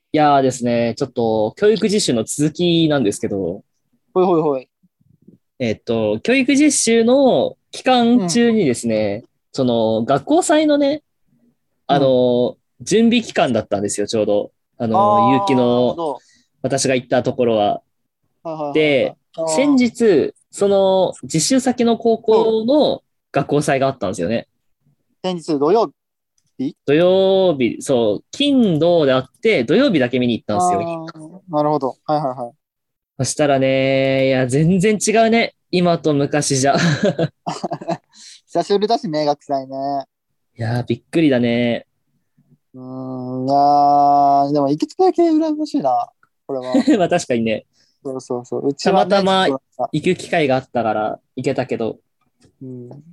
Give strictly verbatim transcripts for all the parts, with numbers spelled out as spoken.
いやーですね、ちょっと教育実習の続きなんですけど、 ほいほいほい。 えっと、教育実習の期間うん、 中にですね、その学校祭のね、あうん。 の、準備期間だったんですよ、ちょうど。あの、有機あー、なるほのど。 私が行ったところは。 はいはいはいはで、 い。あ先ー、 日、その実習先の高うん。 校の学校祭があったんですよね。 先日土曜日。 土曜日、そう、金土であって、土曜日だけ見に行ったんですよ。 あー、なるほど。はいはいはい。 そしたらね、いや、全然違うね。今と昔じゃ。 久しぶりだし、名学祭ね。 いやー、びっくりだね。 うーん、いやー、でも行きつけだけ羨ましいな。これは。 まあ確かにね、 そうそうそう。うちたまはね、ちょったまとなんか、 行く機会があったから行けたけど。 うん、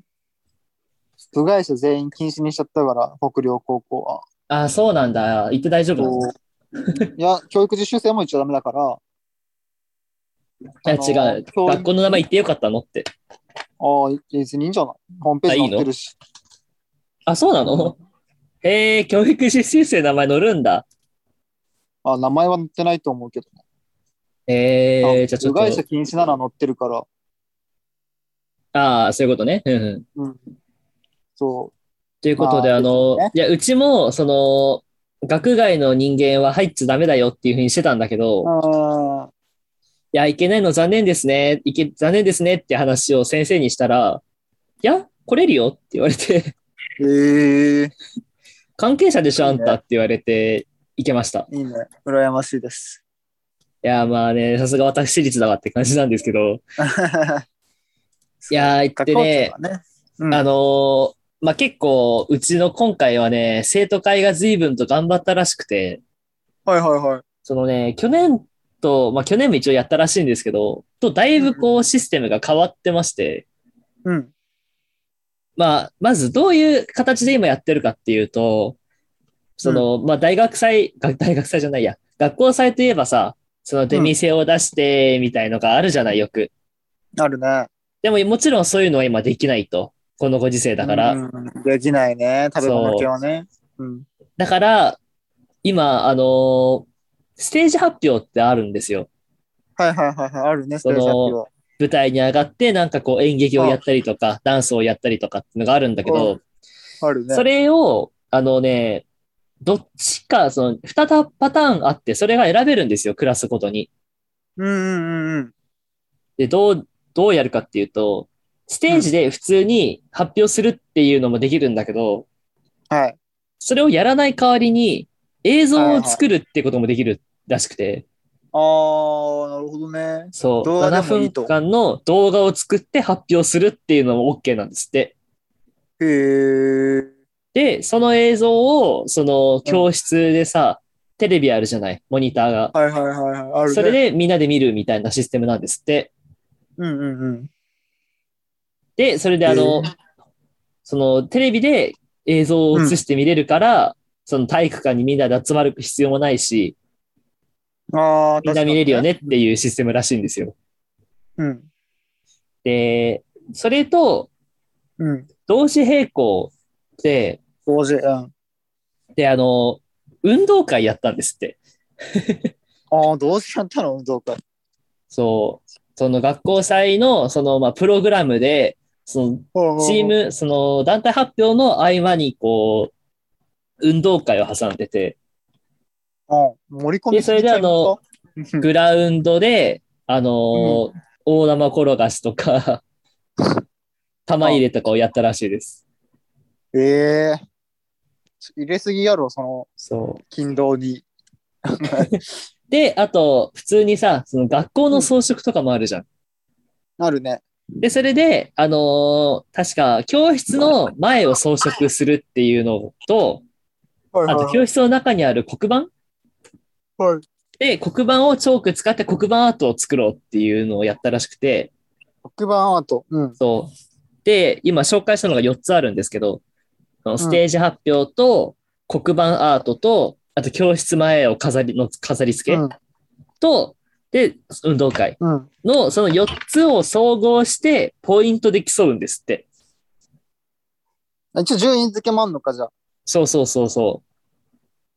部外者全員禁止にしちゃったから、北陵高校は。 ああ、そうなんだ。行って大丈夫なの？ そう。いや、教育実習生も言っちゃダメだから、 いや、 あの違う。 ー教員、 学校の名前ん言ってよかったのって。 ああ、別にいいんじゃない？ホームペーあ、 ジ載いいの？ ってるし。 あ、そうなうん。 の？へえ、教育実習生の名前載るんだ。 あ、名前は載ってないと思うけどね。多分、 えー、じゃあちょっ部外者と、 禁止なら載ってるから。 ああ、そういうことね。うんうん。 うん。そというう。まあ、 ことで、あの、 別にね。 いや、うちも、その、学外の人間は入っちゃダメだよっていうふうにしてたんだけうど、 ん。 いや、いけないの残念ですね。いけ、残念ですねって話を先生にしたら、いや、来れるよって言われて、 ええ関係者でしょ、あんたいいね。 って言われて、行けました。 いいね。羨ましいです。 いや、まあね、さすが私立だわって感じなんですけど、いそう。 やー、行って学校長ね、 はね。うあのん。 ーまあ、結構、うちの今回はね、生徒会が随分と頑張ったらしくて、 はいはいはい。 そのね、去年と、まあ、去年も一応やったらしいんですけど、と、だいうんぶこう、システムが変わってまして、 うん。うん。 まあ、まずどういう形で今やってるかっていうと、そうん。 の、まあ、大学祭、が大学祭じゃないや、学校祭といえばさ、その出うん。 店を出して、みたいのがあるじゃない、よく。 あるね。 でも、もちろんそういうのは今できないと。このご時世だから。 うん。できないね。食べ物系そはね。うん。 う。だから、今、あのーステージ発表ってあるんですよ。 はいはいはいはい。あるね、ステージ発その、 表。 舞台に上がって、なんかこう演劇をやあ、 ったりとか、ダンスをやったりとかっていうのがあるんだけうん。 ど、 あるね。 それを、あのね、どっちか、その、にパターンあって、それが選べるんですよ、クラスごとに。 うんうんうんで、どう、どうやるかっていうと、スうん。うん。 テージで普通に発表するっていうのもできるんだけど、 はい。 それをやらない代わりに映像をはいはい。 作るってこともできるらしくて、 あー、なるほどね。 そう、 動画で 7 もいいと。 分間の動画を作って発表するっていうのも OK なんですって。 へえ。 で、その映像を、そのうん。 教室でさ、テレビあるじゃない、モニターが。 はいはいはいはい。あるそれね。 でみんなで見るみたいなシステムなんですって。 うんうんうん。 で、それでへあの、 え。 そのテレビで映像をうん。 映して見れるから、その体育館にみんなで集まる必要もないし、 あー、 みんな確かにね。 見れるよねっていうシステムらしいんですよ。 うん。 で、それとうん。 同時並行で、 同時、うん。 で、あの、運動会やったんですって。 あー、同時やったの運動会。 そう、その学校祭の、その、まあ、プログラムで、その、 ほうほうほう。 チーム、その、団体発表の合間に、こう、運動会を挟んでて、 あー、盛り込で、 みすぎちそれで、あの、 ゃいますか？うん。 グラウンドで、あうん。 の、大玉転がしとか、玉入あ、 れとかをやったらしいです。 ええー、入れすぎやろ、その、 そう。 勤労に。 で、あと、普通にさ、その学校のうん。 装飾とかもあるじゃん。 あるね。 で、それで、あのー確か、教室の前を装飾するっていうのと、 はいあと、教室はいの中にある黒板はい。はい。 で、黒板をチョーク使って黒板アートを作ろうっていうのをやったらしくて、 黒板アート。うん。 そう。で、今紹介したのがよっつあるんですけど、そのスうん。 テージ発表と黒板アートと、あと教室前を飾りの飾り付けうん。 と、で、運動会うん。 のそのよっつを総合してポイントで競うんですって。 一応順位付けもあんのか、じゃあ。 そうそうそうそ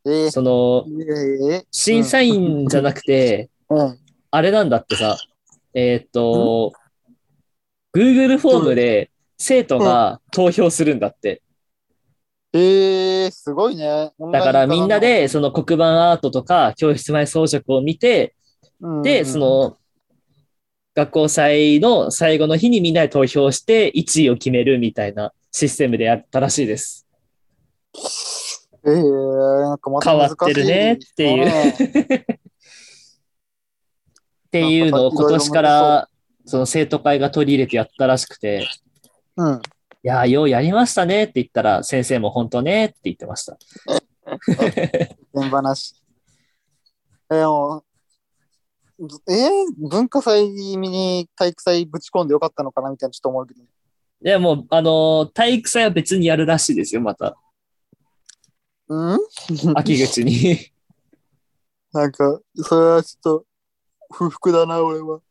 えその、 ー、えー、 審査員じゃなくて、 うん。うん。 あれなんだってさ、えーっと、Google フォームで生徒うん。 が投票するんだって。 えー、すごいね。オンだからライン化だね、 みんなで本当に。 その黒板アートとか教室前装飾を見て、 うんで、 うんうん。 その学校祭の最後の日にみんなで投票していちいを決めるみたいなシステムでやったらしいです。 えー、なんかまた変わ難ってるねっしい。 ていうね。 ってなんかいうのを今たいろいろ年かむずそらその生徒会が取り入れてやったらしくて、 う。うん。 いやー、ようやりましたねって言ったら先生も本当ねって言ってました。 現場なし。えー、もうずえー、文化祭に体育祭ぶち込んでよかったのかなみたいなちょっと思うけど。 でもう、あのー体育祭は別にやるらしいですよ、また。 うん秋口に。 なんか、それはちょっと不服だな、俺は。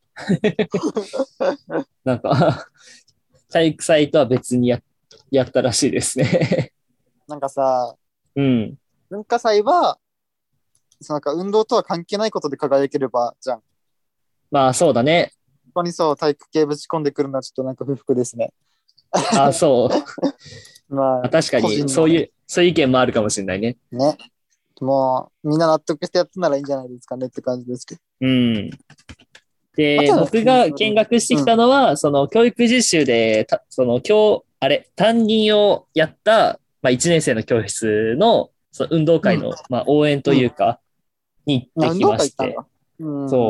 なんか、体育祭とは別にややったらしいですね。 なんかさ、 うん。 文化祭は、そのなんか運動とは関係ないことで輝ければじゃん。 まあ、そうだね。 ここにそう、体育系ぶち込んでくるのはちょっとなんか不服ですね。 あ、そう。 まあ、 確かに、 個人のね。 そういう、そういう意見もあるかもしれないね。 ね。もう、みんな納得してやってならいいんじゃないですかねって感じですけど。 うん。で、 あとは、 僕が見学してきうん。 たのは、その教育実習で、たその今日、あれ、担任をやった、まあ、いちねん生の教室の、その運動うん。 会の、まあ、応援とうん。 いうか、に行っあ、 てき運動まして、 会行ったんだ。うん。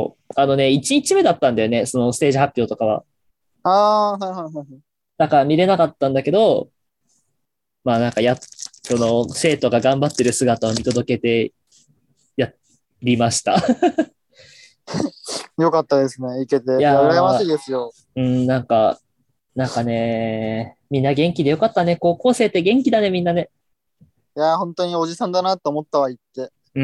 そう。あのね、いちにちめだったんだよね、そのステージ発表とかは。 ああ、はいはいはい。 だから見れなかったんだけど、まあなんかや、その生徒が頑張ってる姿を見届けてやりました。 よかったですね。行けて。 いいや、羨まやー、 しいですよ。 うん、なんか、なんかね、みんな元気でよかったね。高校生って元気だね、みんなね。 いや、本当におじさんだなと思ったわ、行って。 うん、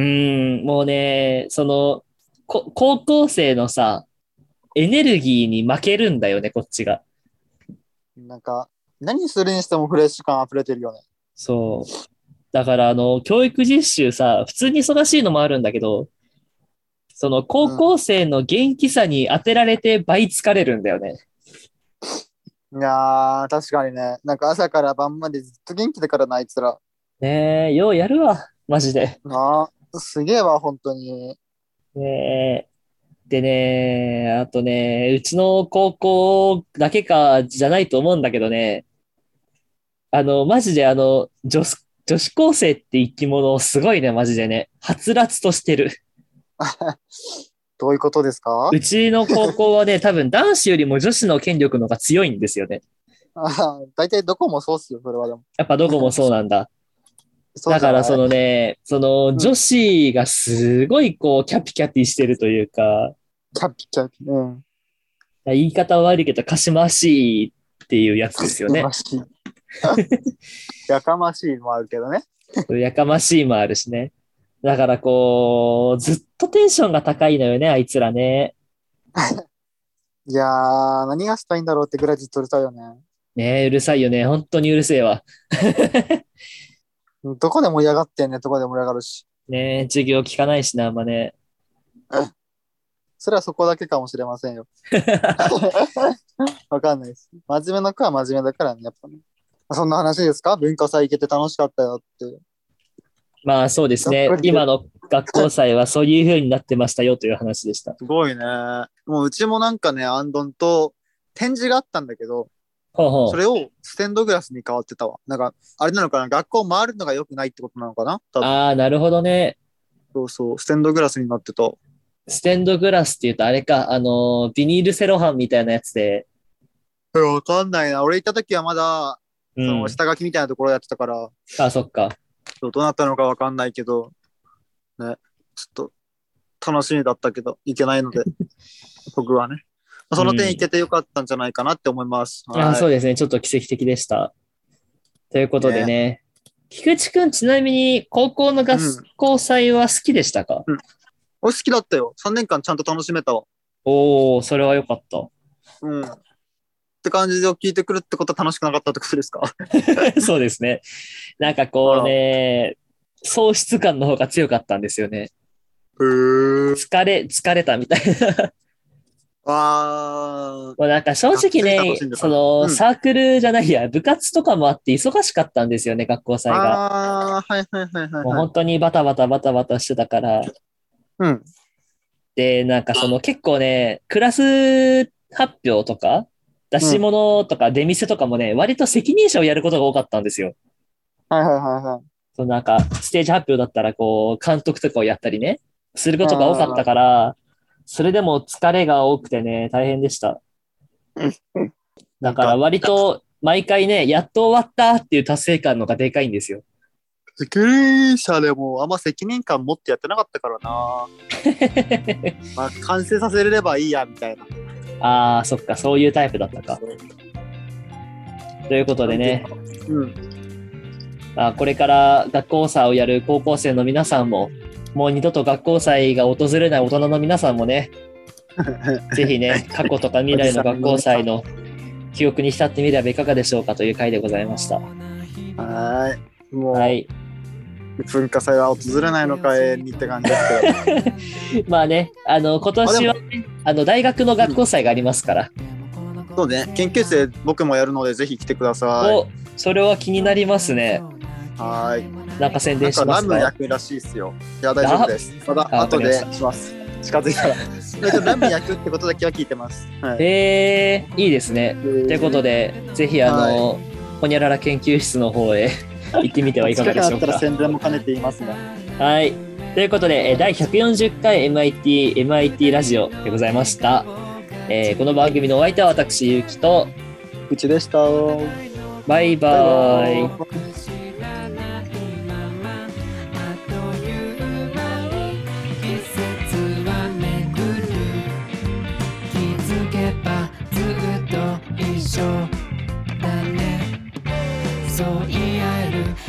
もうね、その、こ高校生のさ、エネルギーに負けるんだよね、こっちが。 なんか、何するにしてもフレッシュ感溢れてるよね。 そう。だから、あの、教育実習さ、普通に忙しいのもあるんだけど、その高うん。 校生の元気さに当てられて倍疲れるんだよね。 いやー、確かにね。なんか朝から晩までずっと元気だからな、あいつら。 ねえ、ようやるわ、マジで。 なあ、すげえわ、本当に。 ねえ。でね、あとね、うちの高校だけかじゃないと思うんだけどね、あの、マジであの、女子、女子高生って生き物すごいね、マジでね。はつらつとしてる。 どういうことですか？ うちの高校はね、多分男子よりも女子の権力の方が強いんですよね。 ああ、大体どこもそうっすよ、それはでも。 やっぱどこもそうなんだ。 そうじゃない？ だからそのね、その女うん。 子がすごいこうキャピキャピしてるというか、 キャピキャピ。うん。 言い方は悪いけど、かしましいっていうやつかしですよね。 ましい。やかましいもあるけどね。 やかましいもあるしね。だからこう、ずっとテンションが高いのよね、あいつらね。 いやー、何がしたいんだろうってぐらいずっとうるさいよね。 ねえ、うるさいよね。本当にうるせえわ。 どこで盛り上がってんねん、どこで盛り上がるし。 ねえ、授業聞かないしな、あんまね。 それはそこだけかもしれませんよ。わかんないです。真面目な子は真面目だからね、やっぱね。そんな話ですか？文化祭行けて楽しかったよって。 まあそうですね。 ざっくりで。 今の学校祭はそういう風になってましたよという話でした。 すごいね。もううちもなんかね、アンドンと展示があったんだけど、 ほうほう。 それをステンドグラスに変わってたわ。なんか、あれなのかな、学校回るのが良くないってことなのかな多分。 ああ、なるほどね。 そうそう、ステンドグラスになってた。 ステンドグラスって言うとあれか、あの、ビニールセロハンみたいなやつで、 え、わかんないな。俺行った時はまだ、そのうん。 下書きみたいなところやってたから、 あ、そっか。 そうどうなったのかわかんないけど、ね、ちょっと楽しみだったけど、行けないので、僕はね。その点行うん。 けてよかったんじゃないかなって思います。 あ、 はい。 そうですね。ちょっと奇跡的でした。ということでね。 ね。菊池くん、ちなみに高校の学うん。 校祭は好きでしたか？ うん。俺好きだったよ。さんねんかんちゃんと楽しめたわ。 おー、それは良かった。 うん。って感じで聞いてくるってことは楽しくなかったってことですか？ そうですね。なんかこうあら。 ね、 喪失感の方が強かったんですよね。 へー。 疲れ、疲れたみたいな。 あもうなんか正直ね、そのサークルじゃないや、部活とかもあって忙しかったんですよね、学校ー。 祭が。 ああ、はいはいはいはい、はい。 もう本当にバタバタバタバタしてたから。 うん。 で、なんかその結構ね、クラス発表とか、出し物とか出店とかもね、割と責任者をやることが多かったんですよ。 はいはいはいはい。 そのなんか、ステージ発表だったら、こう、監督とかをやったりね、することが多かったかあら、それでも疲れが多くてね、大変でした。 ーだから割と、毎回ね、やっと終わったっていう達成感のがでかいんですよ。 責任者でもあんま責任感持ってやってなかったからな。まあ、完成させれればいいや、みたいな。 ああ、そっか、そういうタイプだったか。ということでね、 うん。 まあ、これから学校祭をやる高校生の皆さんも、もう二度と学校祭が訪れない大人の皆さんもね、ぜひね、過去とか未来の学校祭の記憶に浸ってみればいかがでしょうかという回でございました。 はい。もう、 はい。 文化祭は訪れないのか、永遠にって感じですけど。 まあね、あの、今年は、ね、あの、大学の学校祭がありますから。 そうね、研究生僕もやるので、ぜひ来てください。 お、それは気になりますね。 はい。 なんか宣伝しますか？ ラム焼くらしいですよ。いや、大丈夫です。まだ後でします。近づいたら。ラム焼くってことだけは聞いてます。 はい、へえー、いいですね。ということで、ぜひ、あの、ほにゃらら研究室の方へ行ってみてはいかがでしょうか。 近くなったら宣伝も兼ねていますね。 はい。ということで、だいひゃくよんじゅっかい エムアイティー、エムアイティー ラジオでございました。えー、この番組のお相手は私、ゆうきと、 うちでした。 バイバイ。 そう言い合える